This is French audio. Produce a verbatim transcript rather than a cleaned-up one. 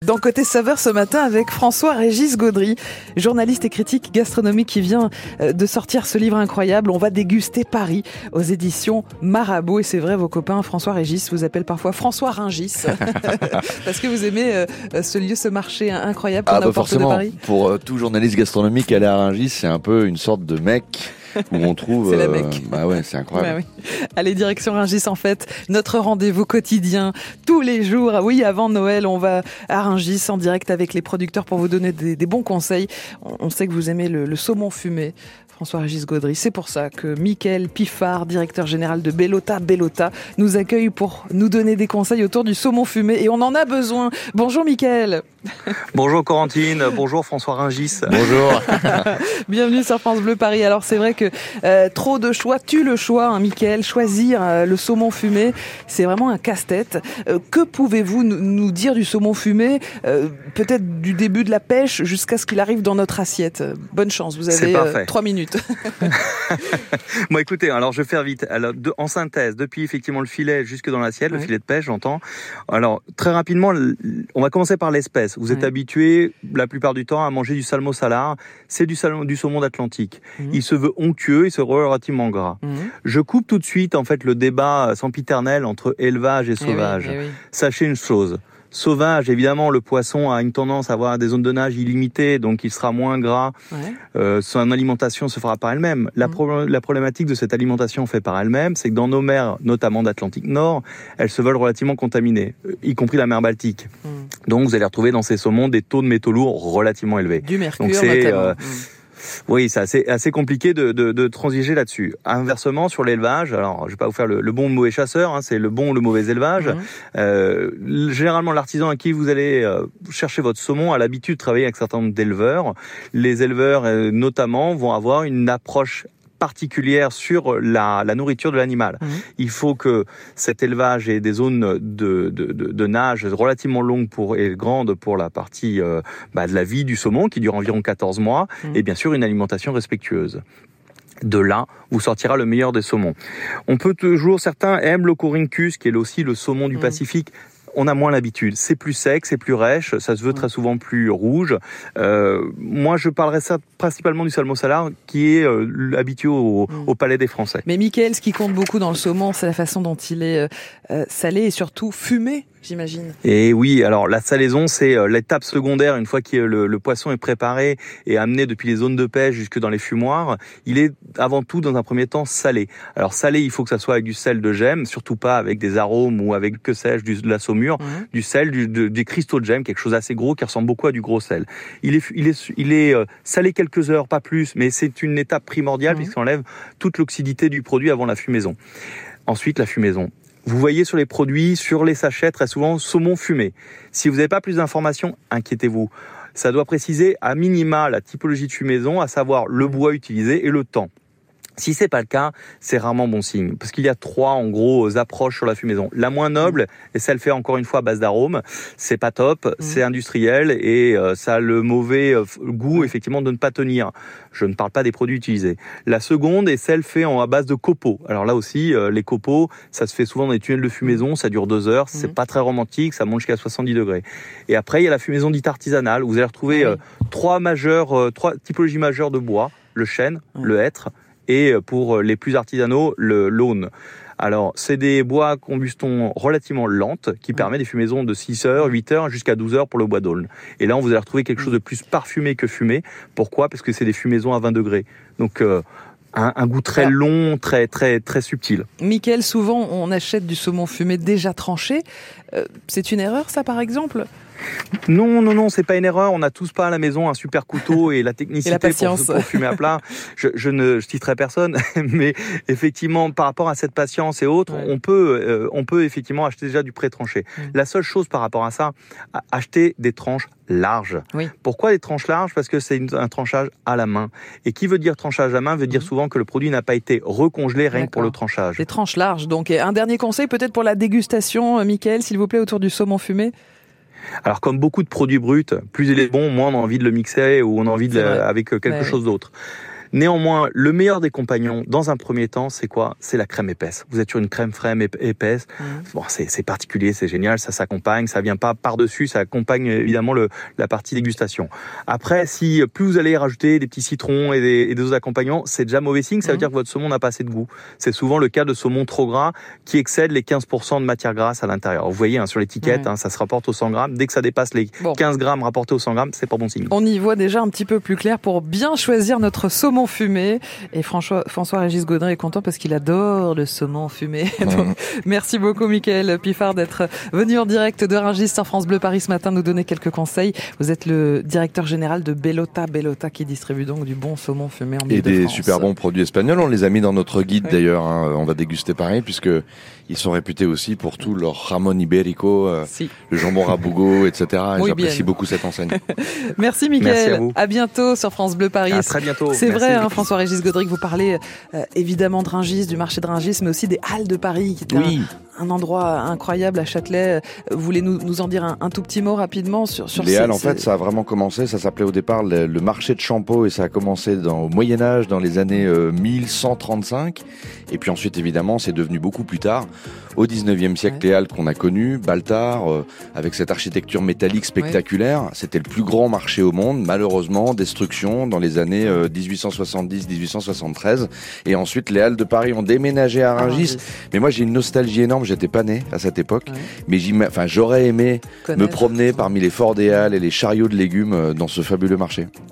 Dans Côté Saveur ce matin avec François-Régis Gaudry, journaliste et critique gastronomique qui vient de sortir ce livre incroyable. On va déguster Paris aux éditions Marabout. Et c'est vrai, vos copains François-Régis vous appellent parfois François Ringis parce que vous aimez ce lieu, ce marché incroyable qu'on ah a bah aux portes de forcément, Paris. Pour euh, tout journaliste gastronomique, aller à Rungis, c'est un peu une sorte de mec où on trouve... C'est la euh, Mecque. Bah ouais, c'est incroyable. Bah oui. Allez, direction Rungis en fait, notre rendez-vous quotidien, tous les jours. Oui, avant Noël, on va à Rungis en direct avec les producteurs pour vous donner des, des bons conseils. On, on sait que vous aimez le, le saumon fumé. François-Régis Gaudry, c'est pour ça que Mickaël Piffard, directeur général de Bellota Bellota, nous accueille pour nous donner des conseils autour du saumon fumé et on en a besoin. Bonjour Mickaël. Bonjour Corentine, bonjour François Ringis. Bonjour. Bienvenue sur France Bleu Paris. Alors c'est vrai que euh, trop de choix tue le choix, hein, Mickaël. Choisir euh, le saumon fumé, c'est vraiment un casse-tête. Euh, que pouvez-vous nous, nous dire du saumon fumé, euh, peut-être du début de la pêche jusqu'à ce qu'il arrive dans notre assiette? Bonne chance, vous avez euh, trois minutes. Bon écoutez, alors je vais faire vite. Alors de, en synthèse, depuis effectivement le filet jusque dans l'assiette, oui. Le filet de pêche, j'entends. Alors très rapidement, on va commencer par l'espèce. Vous êtes oui. habitué la plupart du temps à manger du salmo salar. C'est du, salmo, du saumon d'Atlantique. Mmh. Il se veut onctueux, il se veut relativement gras. Mmh. Je coupe tout de suite en fait le débat sempiternel entre élevage et sauvage. Eh oui, eh oui. Sachez une chose. Sauvage, évidemment, le poisson a une tendance à avoir des zones de nage illimitées, donc il sera moins gras. Ouais. Euh, son alimentation se fera par elle-même. La, mmh. pro- la problématique de cette alimentation faite par elle-même, c'est que dans nos mers, notamment d'Atlantique Nord, elles se veulent relativement contaminées, y compris la mer Baltique. Mmh. Donc vous allez retrouver dans ces saumons des taux de métaux lourds relativement élevés. Du mercure, donc, c'est, notamment. Euh, mmh. Oui, c'est assez, assez compliqué de, de, de transiger là-dessus. Inversement, sur l'élevage, alors je vais pas vous faire le, le bon ou le mauvais chasseur, hein, c'est le bon ou le mauvais élevage. Mmh. Euh, généralement, l'artisan à qui vous allez euh, chercher votre saumon a l'habitude de travailler avec un certain nombre d'éleveurs. Les éleveurs, euh, notamment, vont avoir une approche particulière sur la, la nourriture de l'animal. Mmh. Il faut que cet élevage ait des zones de, de, de, de nage relativement longues pour, et grandes pour la partie euh, bah, de la vie du saumon, qui dure environ quatorze mois, mmh. et bien sûr une alimentation respectueuse. De là, vous sortira le meilleur des saumons. On peut toujours, certains aiment le Coryncus, qui est aussi le saumon du mmh. Pacifique. On a moins l'habitude. C'est plus sec, c'est plus rêche, ça se veut très souvent plus rouge. Euh, moi, je parlerais ça principalement du salmo salar, qui est euh, habitué au, mmh. au palais des Français. Mais Mickaël, ce qui compte beaucoup dans le saumon, c'est la façon dont il est euh, salé et surtout fumé, j'imagine. Et oui, alors la salaison, c'est l'étape secondaire. Une fois que le, le poisson est préparé et amené depuis les zones de pêche jusque dans les fumoirs, il est avant tout, dans un premier temps, salé. Alors salé, il faut que ça soit avec du sel de gemme, surtout pas avec des arômes ou avec, que sais-je, du, de la saumure, mmh. du sel, du, de, des cristaux de gemme, quelque chose d'assez gros qui ressemble beaucoup à du gros sel. Il est, il est, il est euh, salé quelques heures, pas plus, mais c'est une étape primordiale mmh. puisqu'il enlève toute l'oxydité du produit avant la fumaison. Ensuite, la fumaison. Vous voyez sur les produits, sur les sachets, très souvent, saumon fumé. Si vous n'avez pas plus d'informations, inquiétez-vous. Ça doit préciser à minima la typologie de fumaison, à savoir le bois utilisé et le temps. Si c'est pas le cas, c'est rarement bon signe. Parce qu'il y a trois, en gros, approches sur la fumaison. La moins noble, et celle fait encore une fois à base d'arômes, c'est pas top, mmh. c'est industriel et euh, ça a le mauvais euh, goût, effectivement, de ne pas tenir. Je ne parle pas des produits utilisés. La seconde est celle fait en, à base de copeaux. Alors là aussi, euh, les copeaux, ça se fait souvent dans les tunnels de fumaison, ça dure deux heures, c'est mmh. pas très romantique, ça monte jusqu'à soixante-dix degrés. Et après, il y a la fumaison dite artisanale, où vous allez retrouver euh, trois majeures, euh, trois typologies majeures de bois, le chêne, mmh. le hêtre, et pour les plus artisanaux, le l'aune. Alors, c'est des bois à combustion relativement lente qui mmh. permet des fumaisons de six heures, huit heures jusqu'à douze heures pour le bois d'aulne. Et là, on vous allez retrouver quelque chose de plus parfumé que fumé. Pourquoi ? Parce que c'est des fumaisons à vingt degrés. Donc, euh, un, un goût très long, très très très subtil. Mickaël, souvent, on achète du saumon fumé déjà tranché. Euh, c'est une erreur, ça, par exemple ? Non, non, non, c'est pas une erreur. On n'a tous pas à la maison un super couteau et la technicité et la patience. Pour, pour fumer à plat. Je, je ne je citerai personne, mais effectivement, par rapport à cette patience et autres, ouais. on peut, euh, on peut effectivement acheter déjà du pré-tranché. Mmh. La seule chose par rapport à ça, acheter des tranches larges. Oui. Pourquoi des tranches larges ? Parce que c'est une, un tranchage à la main. Et qui veut dire tranchage à la main veut dire mmh. souvent que le produit n'a pas été recongelé rien que pour le tranchage. Des tranches larges. Donc, un dernier conseil peut-être pour la dégustation, Mickaël, s'il vous plaît, autour du saumon fumé. Alors, comme beaucoup de produits bruts, plus il est bon, moins on a envie de le mixer ou on a envie de le, avec quelque ouais. chose d'autre. Néanmoins, le meilleur des compagnons, dans un premier temps, c'est quoi? C'est la crème épaisse. Vous êtes sur une crème fraîche épaisse. Mmh. Bon, c'est, c'est particulier, c'est génial, ça s'accompagne, ça vient pas par-dessus, ça accompagne évidemment le, la partie dégustation. Après, si plus vous allez rajouter des petits citrons et des, et des autres accompagnants, c'est déjà mauvais signe, ça veut mmh. dire que votre saumon n'a pas assez de goût. C'est souvent le cas de saumon trop gras qui excède les quinze pour cent de matière grasse à l'intérieur. Vous voyez hein, sur l'étiquette, mmh. hein, ça se rapporte aux cent grammes. Dès que ça dépasse les bon. quinze grammes rapportés aux cent grammes, c'est pas bon signe. On y voit déjà un petit peu plus clair pour bien choisir notre saumon fumé. Et François, François-Régis Gaudrin est content parce qu'il adore le saumon fumé. Donc, mmh. merci beaucoup Mickaël Piffard d'être venu en direct de Rungis sur France Bleu Paris ce matin nous donner quelques conseils. Vous êtes le directeur général de Bellota, Bellota qui distribue donc du bon saumon fumé en Île-de-France. Et des super bons produits espagnols, on les a mis dans notre guide oui. d'ailleurs, hein. On va déguster pareil puisque ils sont réputés aussi pour tout leur jamón ibérico, euh, si. le jambon rabougo, et cetera. Et j'apprécie bien. beaucoup cette enseigne. Merci Mickaël. Merci à, à bientôt sur France Bleu Paris. À très bientôt. C'est Merci. vrai, hein, François-Régis Gaudry, vous parlez euh, évidemment de Rungis, du marché de Rungis, mais aussi des Halles de Paris, qui est oui. un, un endroit incroyable à Châtelet. Vous voulez nous, nous en dire un, un tout petit mot rapidement sur, sur les ces, Halles, en ces... fait, ça a vraiment commencé. Ça s'appelait au départ le, le marché de Champeau et ça a commencé dans, au Moyen-Âge, dans les années euh, mille cent trente-cinq. Et puis ensuite, évidemment, c'est devenu beaucoup plus tard, au dix-neuvième siècle, ouais. les Halles qu'on a connues, Baltard, euh, avec cette architecture métallique spectaculaire. Ouais. C'était le plus grand marché au monde. Malheureusement, destruction dans les années euh, dix-huit cent soixante-dix dix-huit cent soixante-treize. Et ensuite, les Halles de Paris ont déménagé à Rungis. Ah, mais moi, j'ai une nostalgie énorme. J'étais pas né à cette époque. Ouais. Mais enfin, j'aurais aimé Connaître. me promener parmi les forts des Halles et les chariots de légumes dans ce fabuleux marché.